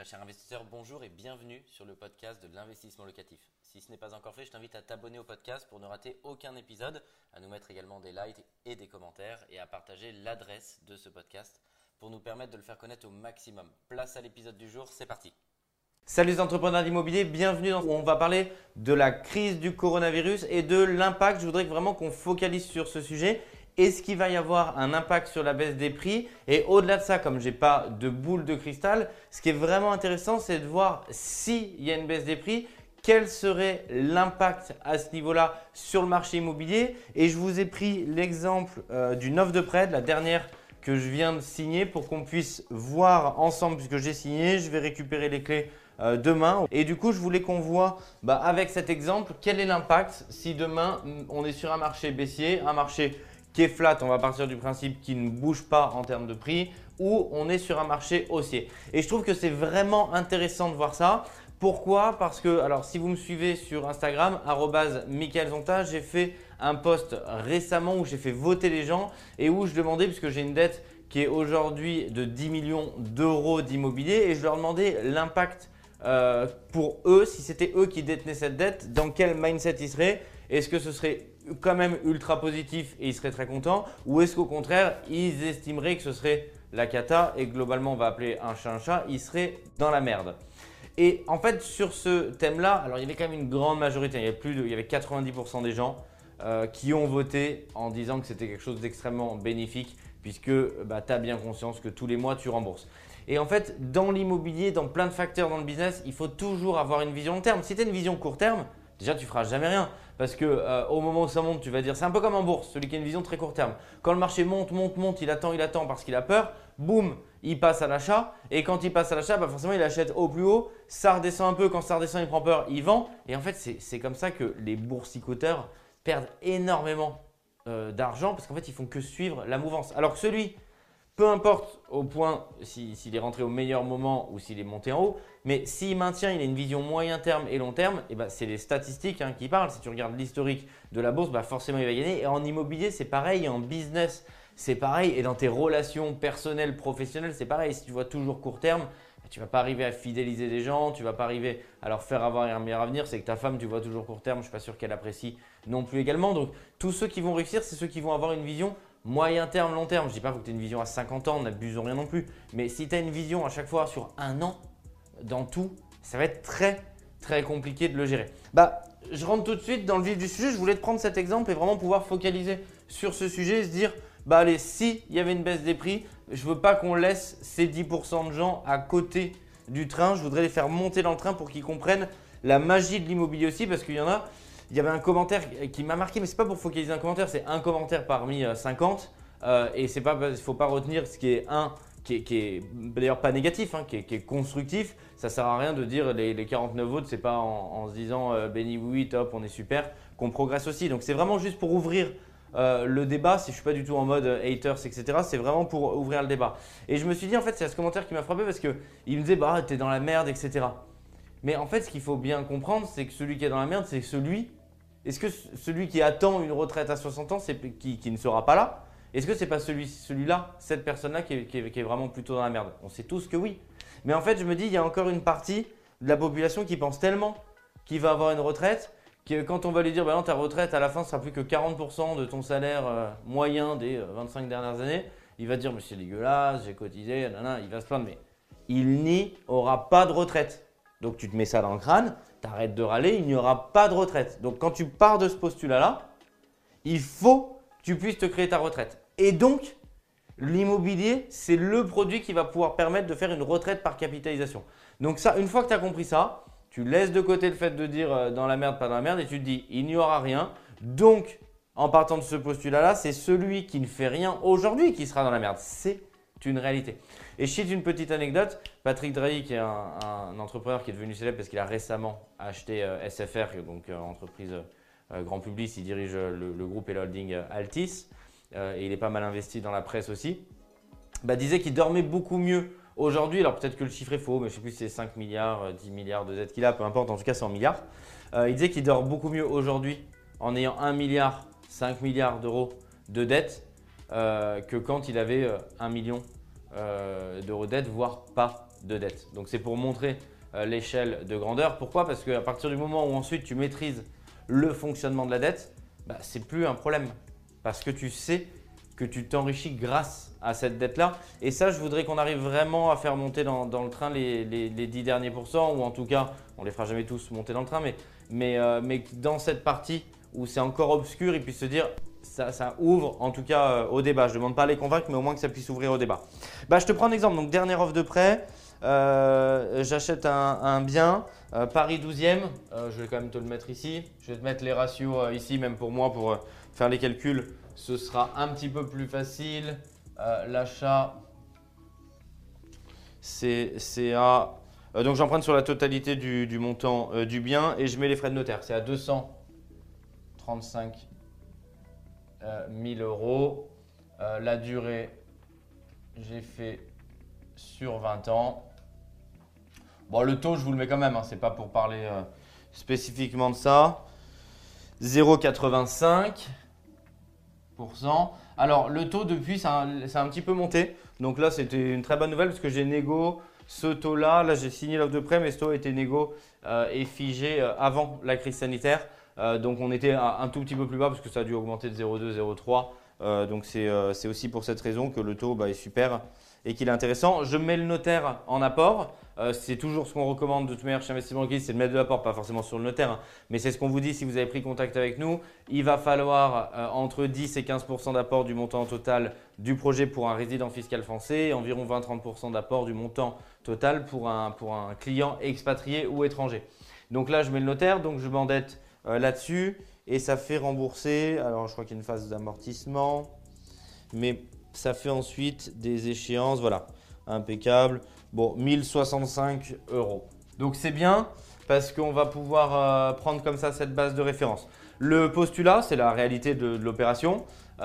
cher investisseur, bonjour et bienvenue sur le podcast de l'investissement locatif. Si ce n'est pas encore fait, je t'invite à t'abonner au podcast pour ne rater aucun épisode, à nous mettre également des likes et des commentaires et à partager l'adresse de ce podcast pour nous permettre de le faire connaître au maximum. Place à l'épisode du jour, c'est parti. Salut les entrepreneurs d'immobilier, bienvenue où on va parler de la crise du coronavirus et de l'impact. Je voudrais vraiment qu'on focalise sur ce sujet. Est-ce qu'il va y avoir un impact sur la baisse des prix? Et au-delà de ça, comme je n'ai pas de boule de cristal, ce qui est vraiment intéressant, c'est de voir s'il y a une baisse des prix, quel serait l'impact à ce niveau-là sur le marché immobilier. Et je vous ai pris l'exemple d'une offre de prêt, de la dernière que je viens de signer pour qu'on puisse voir ensemble, puisque j'ai signé, je vais récupérer les clés demain. Et du coup, je voulais qu'on voit avec cet exemple, quel est l'impact si demain, on est sur un marché baissier, un marché qui est flat, on va partir du principe qu'il ne bouge pas en termes de prix, ou on est sur un marché haussier. Et je trouve que c'est vraiment intéressant de voir ça. Pourquoi? Parce que, alors si vous me suivez sur Instagram, @michaelzonta, j'ai fait un post récemment où j'ai fait voter les gens et où je demandais, puisque j'ai une dette qui est aujourd'hui de 10 millions d'euros d'immobilier, et je leur demandais l'impact pour eux, si c'était eux qui détenaient cette dette, dans quel mindset ils seraient. Est-ce que ce serait quand même ultra positif et ils seraient très contents, ou est-ce qu'au contraire, ils estimeraient que ce serait la cata et globalement, on va appeler un chat, ils seraient dans la merde. Et en fait, sur ce thème-là, alors il y avait quand même une grande majorité, il y avait 90% des gens qui ont voté en disant que c'était quelque chose d'extrêmement bénéfique puisque tu as bien conscience que tous les mois, tu rembourses. Et en fait, dans l'immobilier, dans plein de facteurs dans le business, il faut toujours avoir une vision long terme. Si tu as une vision court terme, déjà, tu ne feras jamais rien parce qu'au moment où ça monte, tu vas dire, c'est un peu comme en bourse, celui qui a une vision très court terme. Quand le marché monte, il attend parce qu'il a peur, boum, il passe à l'achat. Et quand il passe à l'achat, forcément, il achète au plus haut, ça redescend un peu, quand ça redescend, il prend peur, il vend. Et en fait, c'est comme ça que les boursicoteurs perdent énormément d'argent parce qu'en fait, ils font que suivre la mouvance. Alors que celui, peu importe au point s'il est rentré au meilleur moment ou s'il est monté en haut, mais s'il maintient, il a une vision moyen terme et long terme, et c'est les statistiques qui parlent. Si tu regardes l'historique de la bourse, forcément il va gagner. Et en immobilier, c'est pareil, en business, c'est pareil. Et dans tes relations personnelles, professionnelles, c'est pareil. Si tu vois toujours court terme, tu ne vas pas arriver à fidéliser des gens, tu ne vas pas arriver à leur faire avoir un meilleur avenir. C'est que ta femme, tu vois toujours court terme, je ne suis pas sûr qu'elle apprécie non plus également. Donc, tous ceux qui vont réussir, c'est ceux qui vont avoir une vision moyen terme, long terme. Je ne dis pas qu'il faut que tu aies une vision à 50 ans, n'abusons rien non plus. Mais si tu as une vision à chaque fois sur un an, dans tout, ça va être très, très compliqué de le gérer. Je rentre tout de suite dans le vif du sujet. Je voulais te prendre cet exemple et vraiment pouvoir focaliser sur ce sujet et se dire, allez, s'il y avait une baisse des prix, je ne veux pas qu'on laisse ces 10% de gens à côté du train. Je voudrais les faire monter dans le train pour qu'ils comprennent la magie de l'immobilier aussi, parce qu'il y en a. Il y avait un commentaire qui m'a marqué, mais ce n'est pas pour focaliser un commentaire, c'est un commentaire parmi 50. Et il ne faut pas retenir ce qui est qui est d'ailleurs pas négatif, qui est constructif. Ça ne sert à rien de dire les 49 autres, c'est pas en se disant béni oui, top, on est super, qu'on progresse aussi. Donc c'est vraiment juste pour ouvrir le débat. Si je ne suis pas du tout en mode haters, etc. C'est vraiment pour ouvrir le débat. Et je me suis dit, en fait, c'est ce commentaire qui m'a frappé parce qu'il me disait, t'es dans la merde, etc. Mais en fait, ce qu'il faut bien comprendre, c'est que celui qui est dans la merde, c'est est-ce que celui qui attend une retraite à 60 ans, qui ne sera pas là, est-ce que ce n'est pas celui-là, cette personne-là qui est vraiment plutôt dans la merde? On sait tous que oui. Mais en fait, je me dis, il y a encore une partie de la population qui pense tellement qu'il va avoir une retraite que quand on va lui dire, non, ta retraite, à la fin, ne sera plus que 40% de ton salaire moyen des 25 dernières années, il va dire, mais c'est dégueulasse, j'ai cotisé, nanana, il va se plaindre. Mais il n'y aura pas de retraite. Donc, tu te mets ça dans le crâne, tu arrêtes de râler, il n'y aura pas de retraite. Donc, quand tu pars de ce postulat-là, il faut que tu puisses te créer ta retraite. Et donc, l'immobilier, c'est le produit qui va pouvoir permettre de faire une retraite par capitalisation. Donc ça, une fois que tu as compris ça, tu laisses de côté le fait de dire dans la merde, pas dans la merde, et tu te dis, il n'y aura rien. Donc, en partant de ce postulat-là, c'est celui qui ne fait rien aujourd'hui qui sera dans la merde. C'est une réalité. Et je cite une petite anecdote. Patrick Drahi, qui est un entrepreneur qui est devenu célèbre parce qu'il a récemment acheté SFR, donc entreprise grand public, il dirige le groupe et le holding Altis. Et il est pas mal investi dans la presse aussi, disait qu'il dormait beaucoup mieux aujourd'hui. Alors peut-être que le chiffre est faux, mais je ne sais plus si c'est 5 milliards, 10 milliards de dettes qu'il a, peu importe, en tout cas c'est en milliards. Il disait qu'il dort beaucoup mieux aujourd'hui en ayant 1 milliard, 5 milliards d'euros de dettes que quand il avait 1 million d'euros de dette, voire pas de dette. Donc c'est pour montrer l'échelle de grandeur. Pourquoi? Parce qu'à partir du moment où ensuite tu maîtrises le fonctionnement de la dette, bah, c'est plus un problème. Parce que tu sais que tu t'enrichis grâce à cette dette-là. Et ça, je voudrais qu'on arrive vraiment à faire monter dans le train les 10 derniers pourcents, ou en tout cas, on ne les fera jamais tous monter dans le train, mais dans cette partie où c'est encore obscur, ils puissent se dire, ça ouvre en tout cas au débat. Je ne demande pas à les convaincre, mais au moins que ça puisse ouvrir au débat. Bah, je te prends un exemple. Donc, dernière offre de prêt. J'achète un bien, Paris 12e, je vais quand même te le mettre ici. Je vais te mettre les ratios ici, même pour moi, pour faire les calculs. Ce sera un petit peu plus facile. L'achat, c'est à… donc j'emprunte sur la totalité du montant du bien et je mets les frais de notaire. C'est à 235 000 euros. La durée, j'ai fait sur 20 ans. Bon, le taux, je vous le mets quand même, hein, ce n'est pas pour parler spécifiquement de ça. 0,85%. Alors, le taux depuis, ça a un petit peu monté. Donc là, c'était une très bonne nouvelle parce que j'ai négo ce taux-là. Là, j'ai signé l'offre de prêt, mais ce taux a été négo et figé avant la crise sanitaire. Donc, on était un tout petit peu plus bas parce que ça a dû augmenter de 0,2, 0,3. Donc, c'est aussi pour cette raison que le taux est super et qu'il est intéressant. Je mets le notaire en apport. C'est toujours ce qu'on recommande de toute manière chez Investissement Locatif, c'est de mettre de l'apport, pas forcément sur le notaire, hein, mais c'est ce qu'on vous dit si vous avez pris contact avec nous. Il va falloir entre 10 et 15% d'apport du montant total du projet pour un résident fiscal français et environ 20-30% d'apport du montant total pour un client expatrié ou étranger. Donc là, je mets le notaire, donc je m'endette là-dessus et ça fait rembourser, alors je crois qu'il y a une phase d'amortissement, mais ça fait ensuite des échéances, voilà, impeccable. Bon, 1065 euros. Donc c'est bien parce qu'on va pouvoir prendre comme ça cette base de référence. Le postulat, c'est la réalité de l'opération.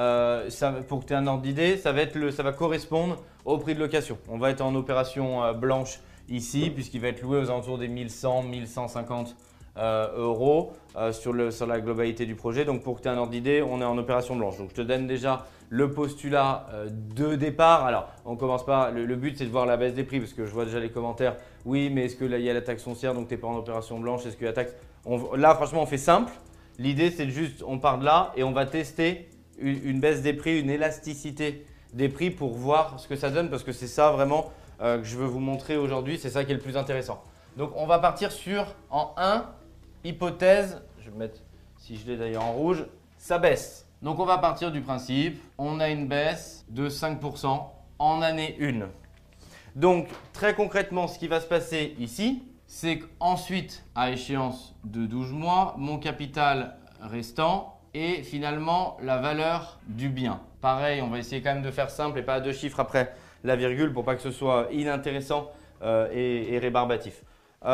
Pour que tu aies un ordre d'idée, ça va correspondre au prix de location. On va être en opération blanche ici puisqu'il va être loué aux alentours des 1100, 1150 euros sur la globalité du projet. Donc pour que tu aies un ordre d'idée, on est en opération blanche. Donc je te donne déjà le postulat de départ. Alors on commence pas, le but c'est de voir la baisse des prix parce que je vois déjà les commentaires. Oui, mais est-ce que là il y a la taxe foncière donc tu n'es pas en opération blanche? Est-ce que la taxe… Là franchement on fait simple. L'idée c'est juste on part de là et on va tester une baisse des prix, une élasticité des prix pour voir ce que ça donne parce que c'est ça vraiment que je veux vous montrer aujourd'hui. C'est ça qui est le plus intéressant. Donc on va partir en 1, hypothèse, je vais mettre, si je l'ai d'ailleurs en rouge, ça baisse. Donc on va partir du principe, on a une baisse de 5% en année 1. Donc très concrètement, ce qui va se passer ici, c'est qu'ensuite, à échéance de 12 mois, mon capital restant est finalement la valeur du bien. Pareil, on va essayer quand même de faire simple et pas à 2 chiffres après la virgule pour pas que ce soit inintéressant et rébarbatif.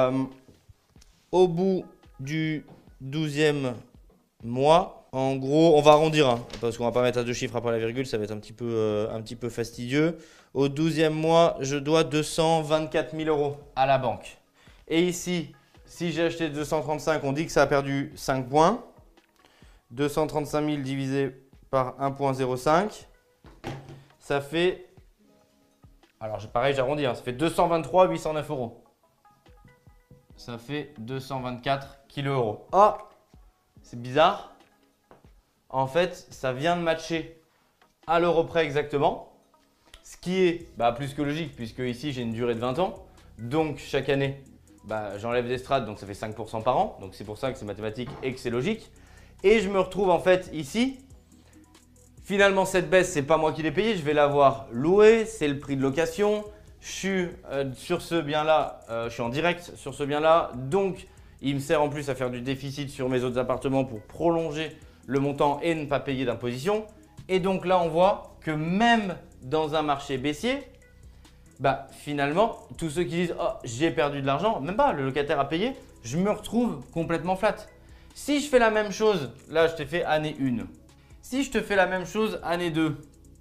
Au bout du 12e mois, en gros, on va arrondir hein, parce qu'on va pas mettre à 2 chiffres après la virgule, ça va être un petit peu fastidieux. Au 12e mois, je dois 224 000 euros à la banque. Et ici, si j'ai acheté 235, on dit que ça a perdu 5 points. 235 000 divisé par 1,05, ça fait, alors pareil, j'arrondis, hein, ça fait 223 809 euros. Ça fait 224 kg. Ah, c'est bizarre. En fait, ça vient de matcher à l'euro près exactement. Ce qui est plus que logique puisque ici, j'ai une durée de 20 ans. Donc, chaque année, j'enlève des strates, donc ça fait 5% par an. Donc, c'est pour ça que c'est mathématique et que c'est logique. Et je me retrouve en fait ici. Finalement, cette baisse, ce n'est pas moi qui l'ai payée. Je vais l'avoir louée. C'est le prix de location. Je suis sur ce bien-là, je suis en direct sur ce bien-là. Donc, il me sert en plus à faire du déficit sur mes autres appartements pour prolonger le montant et ne pas payer d'imposition. Et donc là, on voit que même dans un marché baissier, finalement, tous ceux qui disent « Oh, j'ai perdu de l'argent », même pas, le locataire a payé, je me retrouve complètement flat. Si je fais la même chose, là, je t'ai fait année 1. Si je te fais la même chose année 2,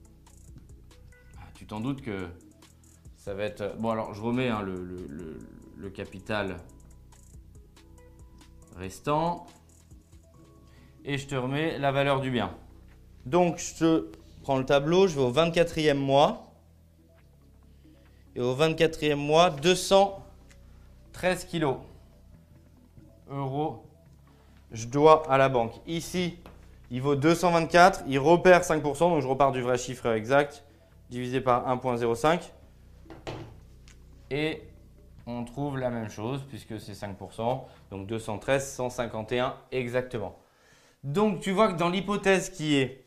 tu t'en doutes que ça va être… Bon, alors, je remets hein, le capital restant et je te remets la valeur du bien. Donc, je te prends le tableau, je vais au 24e mois. Et au 24e mois, 213 kilos euros je dois à la banque. Ici, il vaut 224, il repère 5%, donc je repars du vrai chiffre exact, divisé par 1,05. Et on trouve la même chose puisque c'est 5%, donc 213, 151 exactement. Donc tu vois que dans l'hypothèse qui est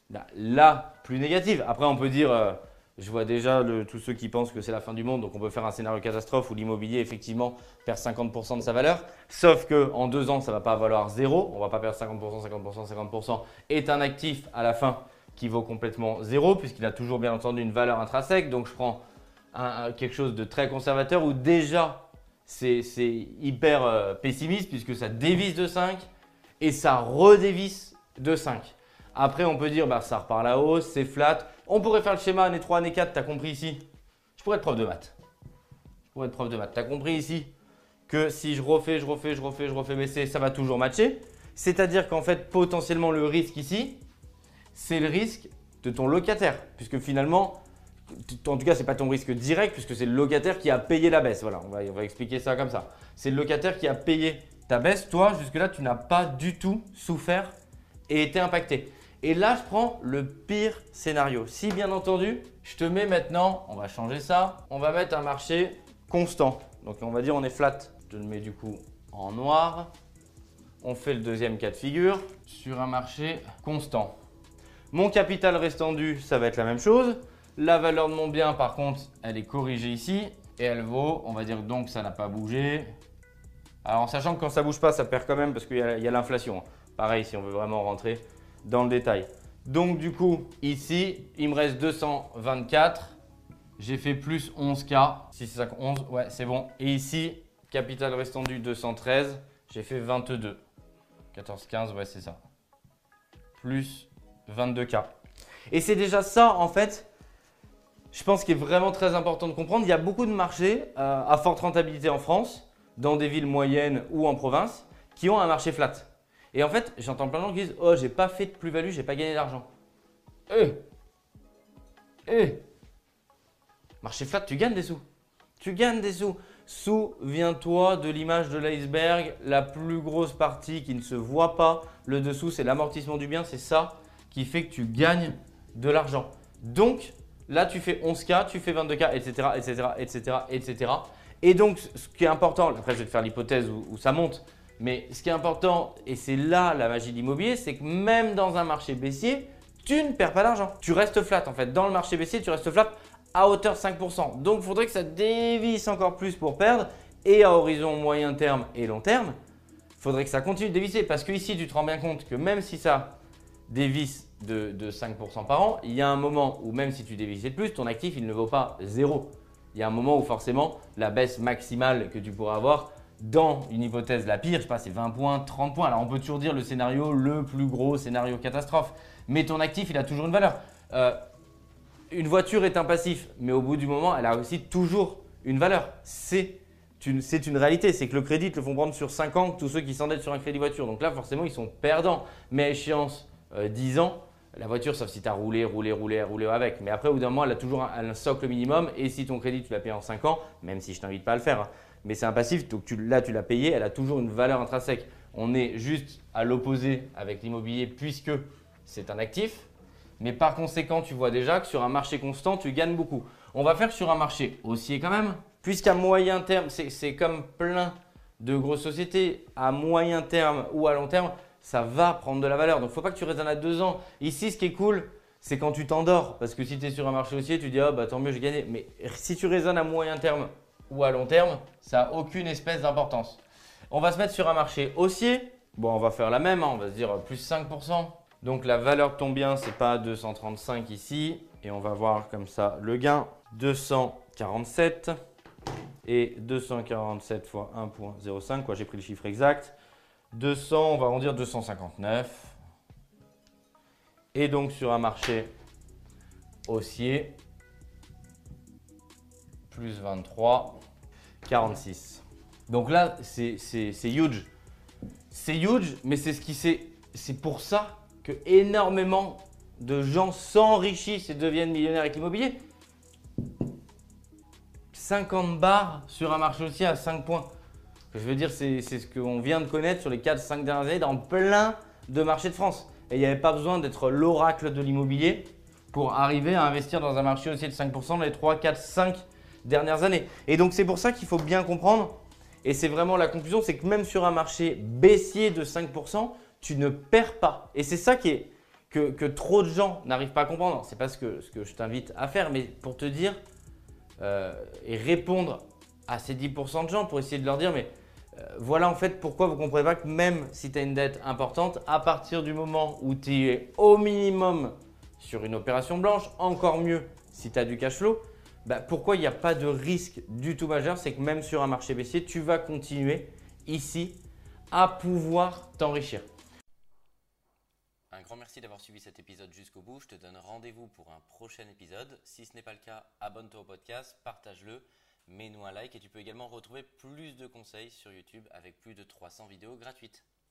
la plus négative, après on peut dire, je vois déjà tous ceux qui pensent que c'est la fin du monde, donc on peut faire un scénario catastrophe où l'immobilier effectivement perd 50% de sa valeur, sauf qu'en 2 ans ça ne va pas valoir 0, on ne va pas perdre 50%, 50%, 50%, est un actif à la fin qui vaut complètement 0 puisqu'il a toujours bien entendu une valeur intrinsèque, donc je prends quelque chose de très conservateur où déjà c'est hyper pessimiste puisque ça dévisse de 5 et ça redévisse de 5. Après, on peut dire ça repart à la hausse, c'est flat. On pourrait faire le schéma année 3, année 4, tu as compris ici. Je pourrais être prof de maths. Tu as compris ici que si je refais, mais ça va toujours matcher. C'est-à-dire qu'en fait, potentiellement, le risque ici, c'est le risque de ton locataire. Puisque finalement, en tout cas, ce n'est pas ton risque direct puisque c'est le locataire qui a payé la baisse. Voilà, on va expliquer ça comme ça. C'est le locataire qui a payé ta baisse. Toi, jusque-là, tu n'as pas du tout souffert et été impacté. Et là, je prends le pire scénario. Si bien entendu, je te mets maintenant, on va changer ça, on va mettre un marché constant. Donc on va dire on est flat. Je le mets du coup en noir. On fait le deuxième cas de figure sur un marché constant. Mon capital restant dû, ça va être la même chose. La valeur de mon bien, par contre, elle est corrigée ici et elle vaut, on va dire donc ça n'a pas bougé. Alors en sachant que quand ça ne bouge pas, ça perd quand même parce qu'il y a l'inflation. Pareil, si on veut vraiment rentrer dans le détail. Donc du coup, ici, il me reste 224. J'ai fait plus 11K. Si c'est ça, 11, ouais, c'est bon. Et ici, capital restant dû 213. J'ai fait 22. 14, 15, ouais, c'est ça. Plus 22K. Et c'est déjà ça, en fait, je pense qu'il est vraiment très important de comprendre. Il y a beaucoup de marchés à forte rentabilité en France, dans des villes moyennes ou en province, qui ont un marché flat. Et en fait, j'entends plein de gens qui disent « Oh, j'ai pas fait de plus-value, j'ai pas gagné d'argent. » Marché flat, tu gagnes des sous. Tu gagnes des sous. Souviens-toi de l'image de l'iceberg, la plus grosse partie qui ne se voit pas. Le dessous, c'est l'amortissement du bien. C'est ça qui fait que tu gagnes de l'argent. Donc, là, tu fais 11K, tu fais 22K, etc., etc., etc., etc. Et donc, ce qui est important, après, je vais te faire l'hypothèse où ça monte. Mais ce qui est important, et c'est là la magie de l'immobilier, c'est que même dans un marché baissier, tu ne perds pas d'argent. Tu restes flat en fait. Dans le marché baissier, tu restes flat à hauteur 5%. Donc, il faudrait que ça dévisse encore plus pour perdre. Et à horizon moyen terme et long terme, il faudrait que ça continue de dévisser. Parce que ici, tu te rends bien compte que même si ça dévisse de 5% par an, il y a un moment où même si tu dévisses de plus, ton actif, il ne vaut pas 0. Il y a un moment où forcément, la baisse maximale que tu pourras avoir dans une hypothèse la pire, je sais pas, c'est 20 points, 30 points. Alors on peut toujours dire le scénario le plus gros scénario catastrophe, mais ton actif il a toujours une valeur. Une voiture est un passif, mais au bout du moment elle a aussi toujours une valeur. C'est une réalité, c'est que le crédit te le font prendre sur 5 ans tous ceux qui s'endettent sur un crédit voiture. Donc là forcément ils sont perdants, mais à échéance 10 ans, la voiture, sauf si tu as roulé avec. Mais après, au bout d'un moment, elle a toujours un socle minimum. Et si ton crédit, tu l'as payé en 5 ans, même si je ne t'invite pas à le faire, hein, mais c'est un passif, donc là, tu l'as payé, elle a toujours une valeur intrinsèque. On est juste à l'opposé avec l'immobilier puisque c'est un actif. Mais par conséquent, tu vois déjà que sur un marché constant, tu gagnes beaucoup. On va faire sur un marché haussier quand même, puisqu'à moyen terme, c'est comme plein de grosses sociétés, à moyen terme ou à long terme, ça va prendre de la valeur. Donc, il ne faut pas que tu raisonnes à 2 ans. Ici, ce qui est cool, c'est quand tu t'endors. Parce que si tu es sur un marché haussier, tu dis « Ah, bah tant mieux, j'ai gagné ». Mais si tu raisonnes à moyen terme ou à long terme, ça n'a aucune espèce d'importance. On va se mettre sur un marché haussier. Bon, on va faire la même, hein, on va se dire plus 5%. Donc, la valeur de ton bien, ce n'est pas 235 ici. Et on va voir comme ça le gain. 247 et 247 fois 1,05. J'ai pris le chiffre exact. 200, on va en dire 259. Et donc sur un marché haussier, plus 23, 46. Donc là, c'est huge. C'est huge, mais c'est pour ça que énormément de gens s'enrichissent et deviennent millionnaires avec l'immobilier. 50 barres sur un marché haussier à 5 points. Je veux dire, c'est ce qu'on vient de connaître sur les 4-5 dernières années dans plein de marchés de France. Et il n'y avait pas besoin d'être l'oracle de l'immobilier pour arriver à investir dans un marché haussier de 5% dans les 3, 4, 5 dernières années. Et donc, c'est pour ça qu'il faut bien comprendre, et c'est vraiment la conclusion, c'est que même sur un marché baissier de 5%, tu ne perds pas. Et c'est ça que trop de gens n'arrivent pas à comprendre. Ce n'est pas ce que je t'invite à faire, mais pour te dire et répondre à ces 10% de gens pour essayer de leur dire, mais voilà en fait pourquoi vous ne comprenez pas que même si tu as une dette importante, à partir du moment où tu es au minimum sur une opération blanche, encore mieux si tu as du cash flow, pourquoi il n'y a pas de risque du tout majeur, c'est que même sur un marché baissier, tu vas continuer ici à pouvoir t'enrichir. Un grand merci d'avoir suivi cet épisode jusqu'au bout. Je te donne rendez-vous pour un prochain épisode. Si ce n'est pas le cas, abonne-toi au podcast, partage-le, mets-nous un like et tu peux également retrouver plus de conseils sur YouTube avec plus de 300 vidéos gratuites.